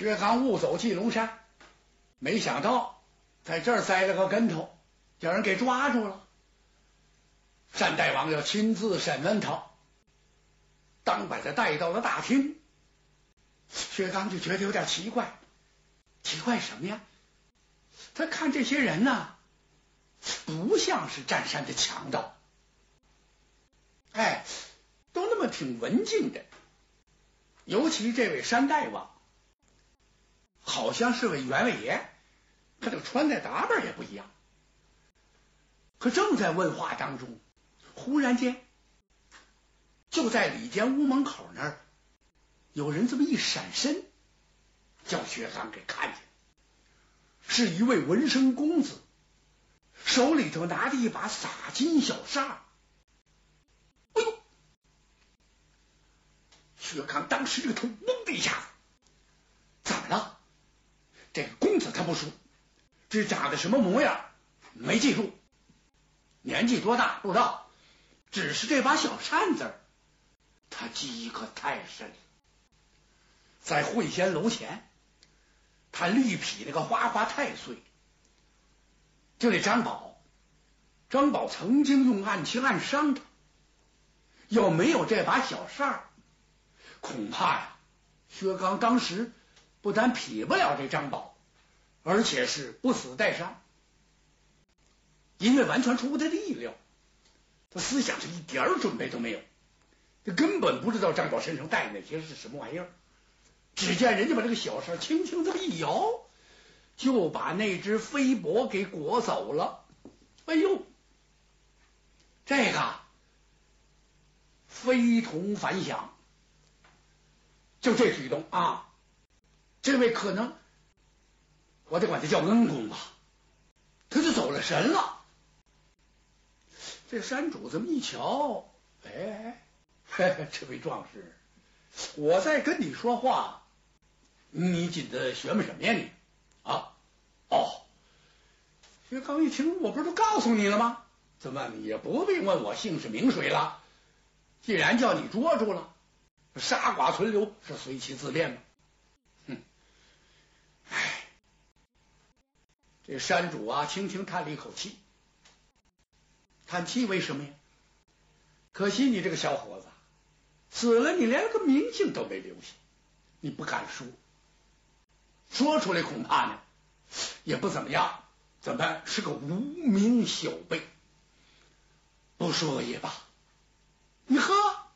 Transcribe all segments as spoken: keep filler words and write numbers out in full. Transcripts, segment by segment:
薛刚误走进龙山，没想到在这儿栽了个跟头，叫人给抓住了。单大王要亲自审问他，当把他带到了大厅。薛刚就觉得有点奇怪，奇怪什么呀？他看这些人呢、啊，不像是占山的强盗，哎，都那么挺文静的。尤其这位山大王，好像是位员外爷，他这个穿戴打扮也不一样。可正在问话当中，忽然间，就在里间屋门口那儿，有人这么一闪身，叫薛刚给看见，是一位文生公子，手里头拿着一把洒金小扇。哎呦！薛刚当时这个头嗡的一下子，怎么了？这个公子他不熟，这长得什么模样没记住，年纪多大不知道，只是这把小扇子他记忆可太深了。在会仙楼前，他力劈那个花花太岁，就这张宝，张宝曾经用暗器暗伤他，要没有这把小扇，恐怕呀，薛刚当时不但劈不了这张宝，而且是不死带伤，因为完全出乎他的意料，他思想是一点准备都没有，他根本不知道张宝身上带的那些是什么玩意儿。只见人家把这个小扇轻轻这么一摇，就把那只飞帛给裹走了。哎呦，这个非同凡响，就这举动啊，这位可能我得管他叫恩公吧，他就走了神了。这山主这么一瞧，哎，嘿嘿，这位壮士，我在跟你说话，你紧的学么什么呀你啊？哦，薛刚一听，我不是都告诉你了吗？怎么你也不必问我姓氏名谁了？既然叫你捉住了，杀剐存留是随其自便嘛。哼，哎，这山主啊，轻轻叹了一口气。叹气为什么呀？可惜你这个小伙子死了，你连个名姓都没留下，你不敢说，说出来恐怕呢也不怎么样，怎么是个无名小辈？不说也罢。你呵，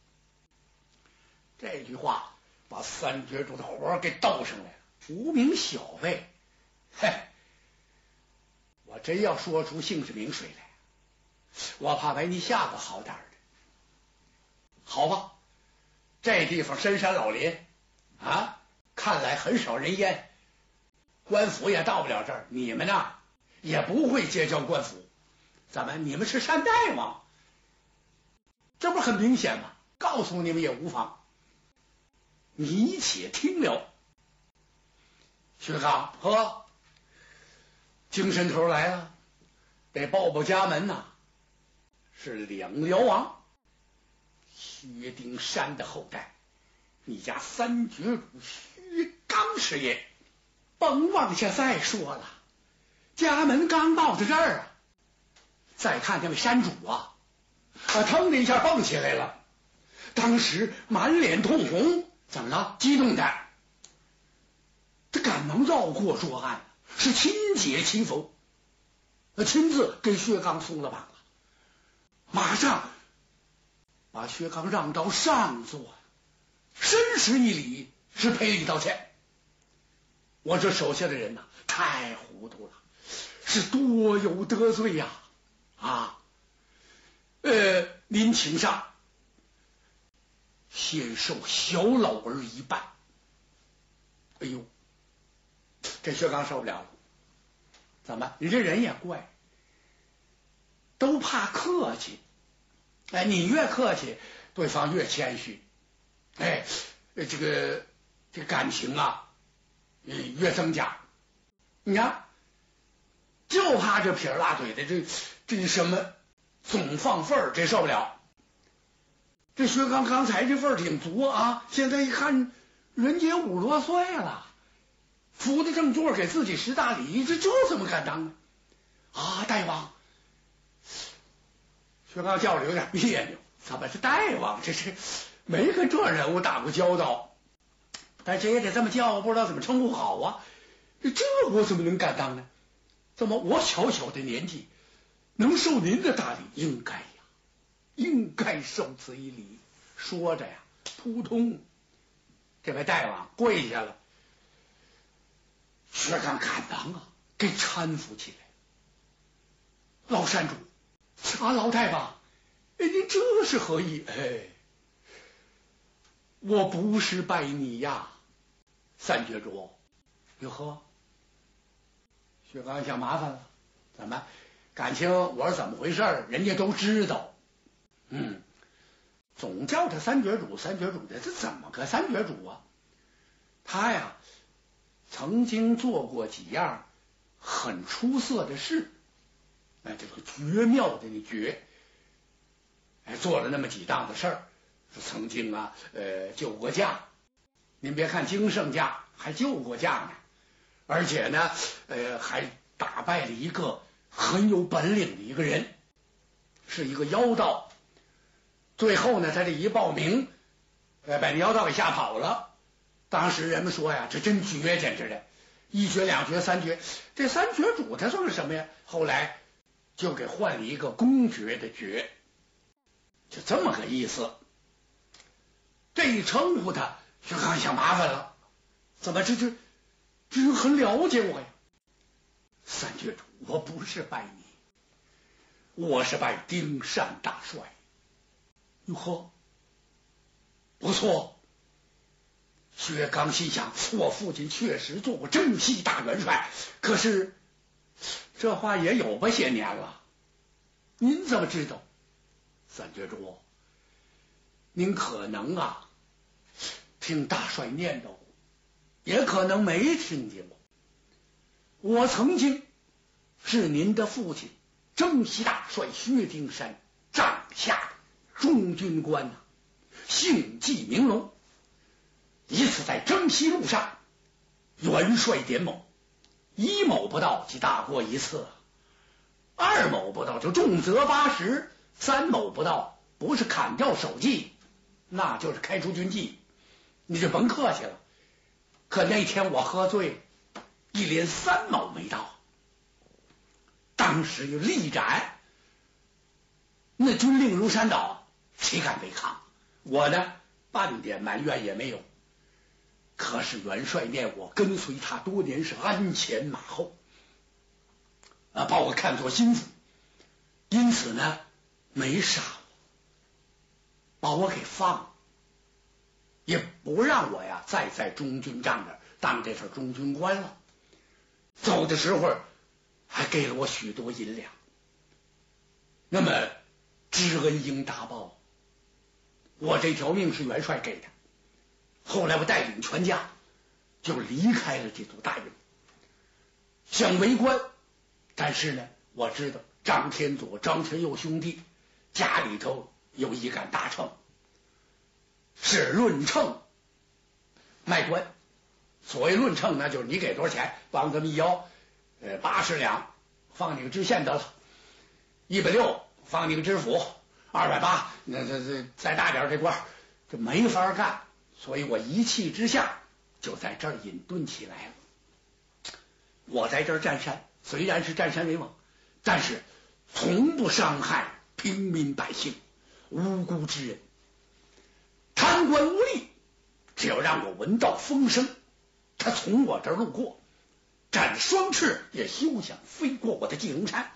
这句话把三绝主的火给斗上来了。无名小辈，嘿，我真要说出姓氏名谁来，我怕为你下个好点的。好吧，这地方深山老林啊，看来很少人烟，官府也到不了这儿，你们呢也不会结交官府，怎么你们是山大王？这不很明显吗？告诉你们也无妨，你且听了。薛刚，呵，精神头来了，得报报家门呐、啊，是两辽王薛丁山的后代，你家三绝主薛刚是也。甭往下再说了，家门刚到到这儿啊，再看那位山主啊，啊，腾的一下蹦起来了，当时满脸通红，怎么了？激动的，他赶忙绕过桌案，是亲解其否，亲自给薛刚松了绑了，马上把薛刚让到上座，深施一礼，是赔礼道歉。我这手下的人呐、啊，太糊涂了，是多有得罪呀！啊，呃，您请上，先受小老儿一拜。哎呦，这薛刚受不了了，怎么？你这人也怪，都怕客气。哎，你越客气，对方越谦虚。哎，这个这感情啊。越增加，你看，就怕这撇拉嘴的，这这什么总放份儿，这受不了。这薛刚刚才这份儿挺足啊，现在一看人家五十多岁了， 扶着正座给自己识大礼，这这怎么敢当呢？啊，大王，薛刚叫着有点别扭，怎么是大王？这是没跟这人物打过交道，但这也得这么叫，不知道怎么称呼好啊。这我怎么能敢当呢？怎么我小小的年纪能受您的大礼？应该呀，应该受此一礼。说着呀，扑通，这位大王跪下了。薛刚赶忙啊，给搀扶起来。老山主啊，老大王，哎，您这是何意？哎，我不是拜你呀，三绝主。哟呵，薛刚想麻烦了，怎么？感情我是怎么回事？人家都知道。嗯，总叫他三绝主，三绝主的，这怎么个三绝主啊？他呀，曾经做过几样很出色的事。哎，这个绝妙的那绝，哎，做了那么几档子事儿。曾经啊，呃，救过驾。您别看经圣驾，还救过驾呢。而且呢，呃，还打败了一个很有本领的一个人，是一个妖道。最后呢，他这一报名，呃，把那妖道给吓跑了。当时人们说呀，这真绝，简直的，一绝两绝三绝。这三绝主他算是什么呀？后来就给换了一个公爵的爵，就这么个意思。这一称呼他，薛刚想麻烦了，怎么这这这人很了解我呀？三绝主，我不是拜你，我是拜丁善大帅。哟呵，不错。薛刚心想，我父亲确实做过征西大元帅，可是这话也有吧些年了，您怎么知道？三绝主，您可能啊听大帅念叨过，也可能没听见过。我曾经是您的父亲征西大帅薛丁山帐下中军官呐、啊，姓纪名龙。一次在征西路上，元帅点某，一某不到即大过一次，二某不到就重责八十，三某不到不是砍掉首级，那就是开除军纪，你就甭客气了。可那天我喝醉，一连三某没到，当时就力斩，那军令如山倒，谁敢违抗？我呢，半点埋怨也没有。可是元帅念我跟随他多年是鞍前马后，啊，把我看作心腹，因此呢没杀我，把我给放了，也不让我呀再在中军帐这当这份中军官了。走的时候还给了我许多银两，那么知恩应答报，我这条命是元帅给的。后来我带领全家就离开了这座大营，想为官，但是呢，我知道张天佐、张天佑兄弟家里头有一杆大秤，是论秤卖官。所谓论秤呢，就是你给多少钱，往这么一摇，呃，八十两放你个知县得了，一百六放你个知府，二百八，那这这再大点这官这没法干。所以我一气之下就在这儿隐遁起来了。我在这儿占山，虽然是占山为王，但是从不伤害平民百姓、无辜之人。贪官污吏，只要让我闻到风声，他从我这儿路过，展双翅也休想飞过我的纪龙山。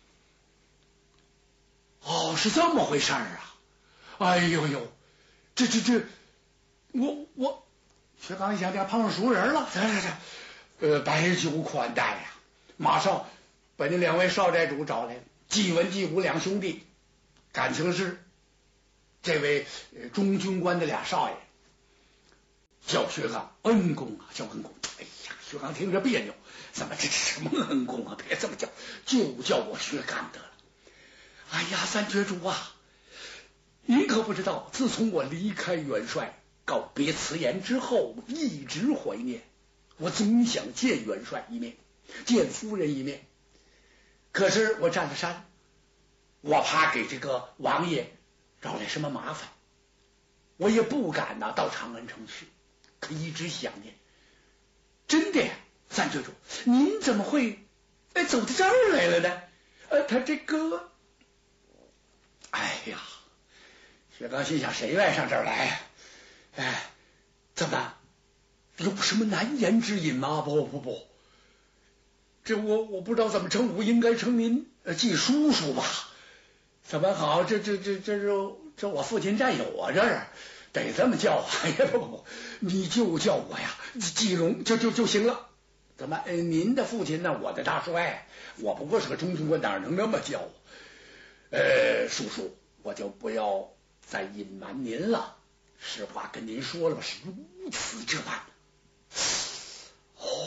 哦，是这么回事儿啊！哎呦呦，这这这。我我薛刚一想，这碰上熟人了，这这这，呃，白酒款待呀！马上把那两位少寨主找来，纪文、纪武两兄弟，感情是这位中军官的俩少爷，叫薛刚恩公啊，叫恩公。哎呀，薛刚听着别扭，怎么这什么恩公啊？别这么叫，就叫我薛刚得了。哎呀，三绝主啊，您可不知道，自从我离开元帅告别辞言之后，一直怀念我总想见元帅一面，见夫人一面，可是我占了山，我怕给这个王爷招来什么麻烦，我也不敢呐、啊、到长安城去，可一直想念。真的呀，三郡主，您怎么会哎走到这儿来了呢？呃，他这个，哎呀，薛刚心想，谁愿意上这儿来？哎，怎么有什么难言之隐吗？不不不，这我我不知道怎么称呼，应该称您呃季叔叔吧？怎么好？这这这这这这我父亲战友啊，这是得这么叫啊！哎呀，不不不，你就叫我呀，季龙就就就行了。怎么？呃，您的父亲呢？我的大帅，我不过是个中军官，哪能那么叫我？呃，叔叔，我就不要再隐瞒您了，实话跟您说了吧，是如此这般。哦，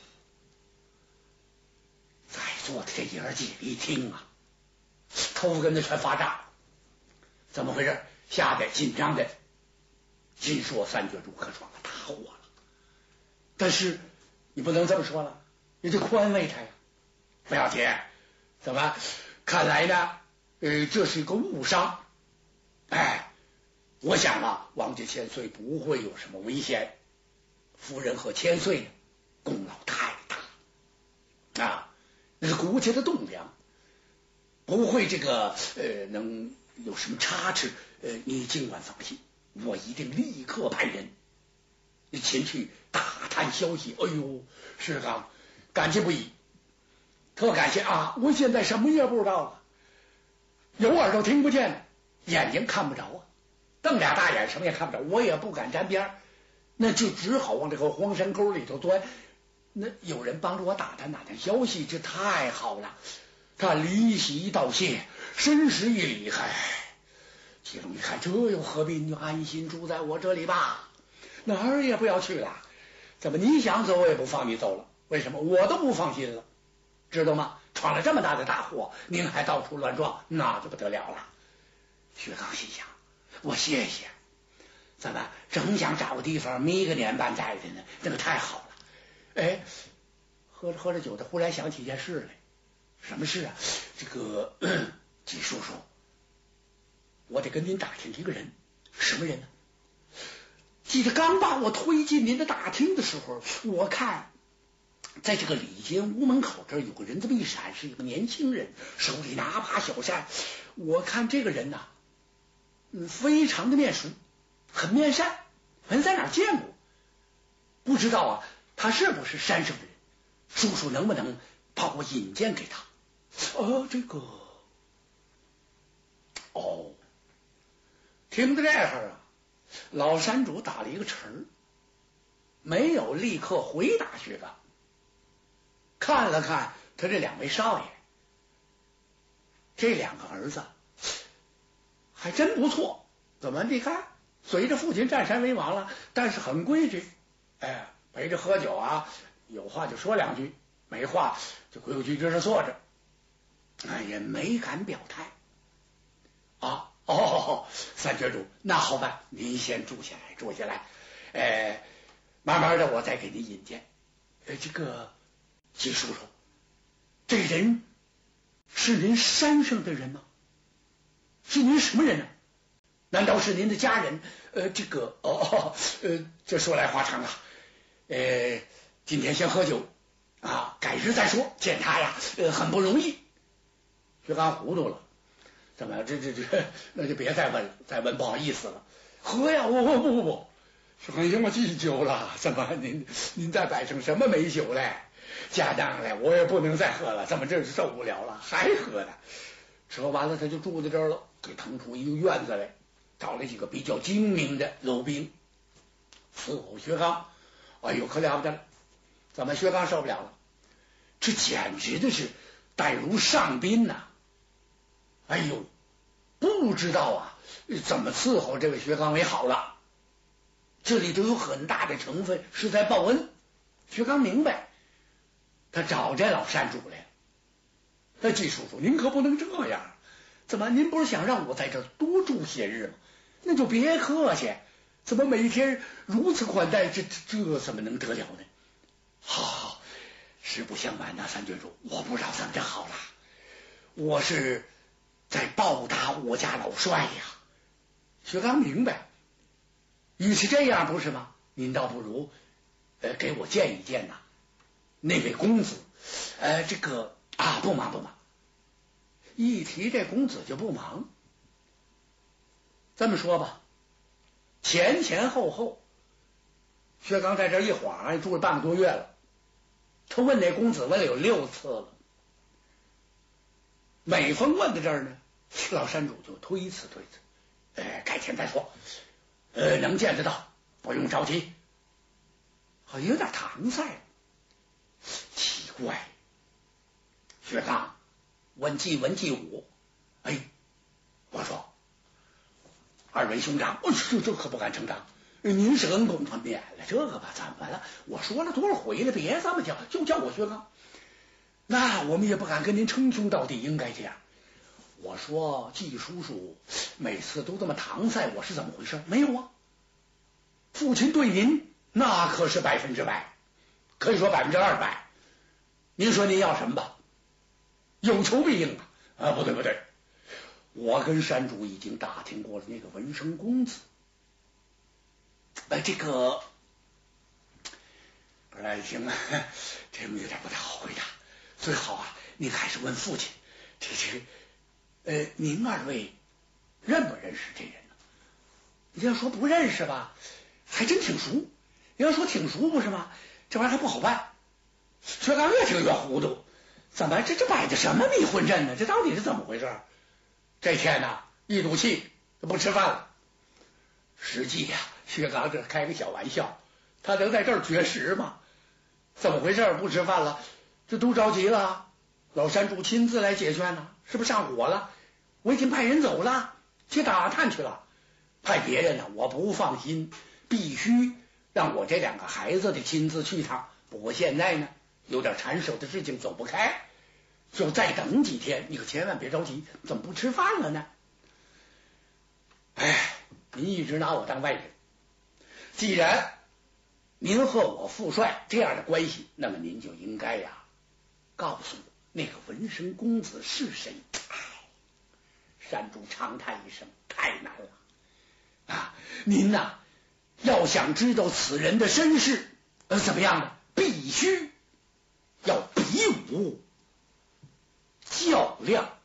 在座的这爷儿几个一听啊，头跟子全发炸，怎么回事？吓得紧张的，心说三郡主可闯了大祸了。但是你不能这么说了，你得宽慰他呀。不要紧，怎么？看来呢，呃，这是一个误伤。哎，我想啊，王家千岁不会有什么危险。夫人和千岁呢，功劳太大啊，那是国家的栋梁，不会这个呃能有什么差池。呃，你尽管放心，我一定立刻派人前去打探消息。哎呦，石刚，感激不已，特感谢啊！我现在什么也不知道了，有耳朵听不见，眼睛看不着啊，瞪俩大眼什么也看不着，我也不敢沾边，那就只好往这个荒山沟里头钻。那有人帮助我打探打探消息，这太好了。他离席道谢，深施一礼，嗨，季龙一看，这又何必？你就安心住在我这里吧，哪儿也不要去了。怎么你想走我也不放你走了？为什么？我都不放心了，知道吗？闯了这么大的大祸，您还到处乱撞，那就不得了了。薛刚心想，我谢谢，怎么正想找个地方眯个年半载的呢？这个太好了。哎，喝着喝着酒，他忽然想起一件事来。什么事啊？这个季叔叔，我得跟您打听一个人。什么人呢？记得刚把我推进您的大厅的时候，我看在这个里间屋门口这儿有个人这么一闪，是一个年轻人，手里拿把小扇。我看这个人呐，嗯，非常的面熟，很面善，很在哪儿见过？不知道啊，他是不是山上的人？叔叔能不能把我引荐给他？呃，这个，哦，听到这儿啊，老山主打了一个沉儿，没有立刻回答薛刚，看了看他这两位少爷，这两个儿子还真不错。怎么？你看，随着父亲占山为王了，但是很规矩，哎，陪着喝酒啊，有话就说两句，没话就规规矩矩的坐着。哎，也没敢表态啊。哦，三郡主，那好办，您先住下来，住下来，呃，慢慢的我再给您引荐。呃，这个季叔叔，这人是您山上的人吗？是您什么人呢？难道是您的家人？呃，这个哦，呃，这说来话长啊。呃，今天先喝酒啊，改日再说。见他呀，呃，很不容易。薛刚糊涂了，怎么这这这那就别再问了，再问不好意思了。喝呀，我不不不不，薛刚行，我记酒了。怎么您您再摆成什么美酒来？家当来，我也不能再喝了。怎么这是受不了了，还喝呢？说完了，他就住在这儿了，给腾出一个院子来，找了几个比较精明的楼兵伺候薛刚。哎呦，可了不得了！怎么薛刚受不了了？这简直的是待如上宾呐、啊！哎呦，不知道啊，怎么伺候这位薛刚为好了？这里头有很大的成分是在报恩。薛刚明白，他找这老山主来了。那季叔叔，您可不能这样！怎么，您不是想让我在这多住些日吗？那就别客气，怎么每天如此款待？这这这怎么能得了呢？ 实不相瞒呐，三郡主，我不知道怎么着好了，我是在报答我家老帅呀。薛刚明白，与其这样不是吗？您倒不如呃给我见一见呐，那位公子，呃这个啊不忙不忙，一提这公子就不忙。这么说吧，前前后后，薛刚在这一晃啊，住了半个多月了。他问那公子问了有六次了，每逢问到这儿呢，老山主就推辞推辞，呃，改天再说，呃，能见得到，不用着急。好像有点搪塞了，奇怪。薛刚问季文季武，哎，我说二位兄长，哦，这这可不敢称长。您是恩公，免了这个吧，怎么了？我说了多少回了，别这么叫，就叫我薛刚。那我们也不敢跟您称兄道弟，应该这样。我说季叔叔每次都这么搪塞，我是怎么回事？没有啊，父亲对您那可是百分之百，可以说百分之二百。您说您要什么吧？有求必应啊！啊，不对不对，我跟山主已经打听过了那个文生公子。呃，这个不是行啊，这有点不太好回答。最好啊，您还是问父亲。这这，呃，您二位认不认识这人呢？你要说不认识吧，还真挺熟；你要说挺熟，不是吗？这玩意儿还不好办。薛刚越听越糊涂，怎么这这摆的什么迷魂阵呢？这到底是怎么回事？这天呐，一赌气不吃饭了。实际呀、啊，薛刚这开个小玩笑，他能在这儿绝食吗？怎么回事？不吃饭了，这都着急了。老山主亲自来解劝呢，是不是上火了？我已经派人走了，去打探去了。派别人呢，我不放心，必须让我这两个孩子得亲自去一趟。不过现在呢，有点缠手的事情走不开，就再等几天。你可千万别着急，怎么不吃饭了呢？哎。您一直拿我当外人，既然您和我父帅这样的关系，那么您就应该呀告诉我那个文生公子是谁。唉，山主长叹一声，太难了啊！您呐、啊，要想知道此人的身世，呃，怎么样呢？必须要比武较量。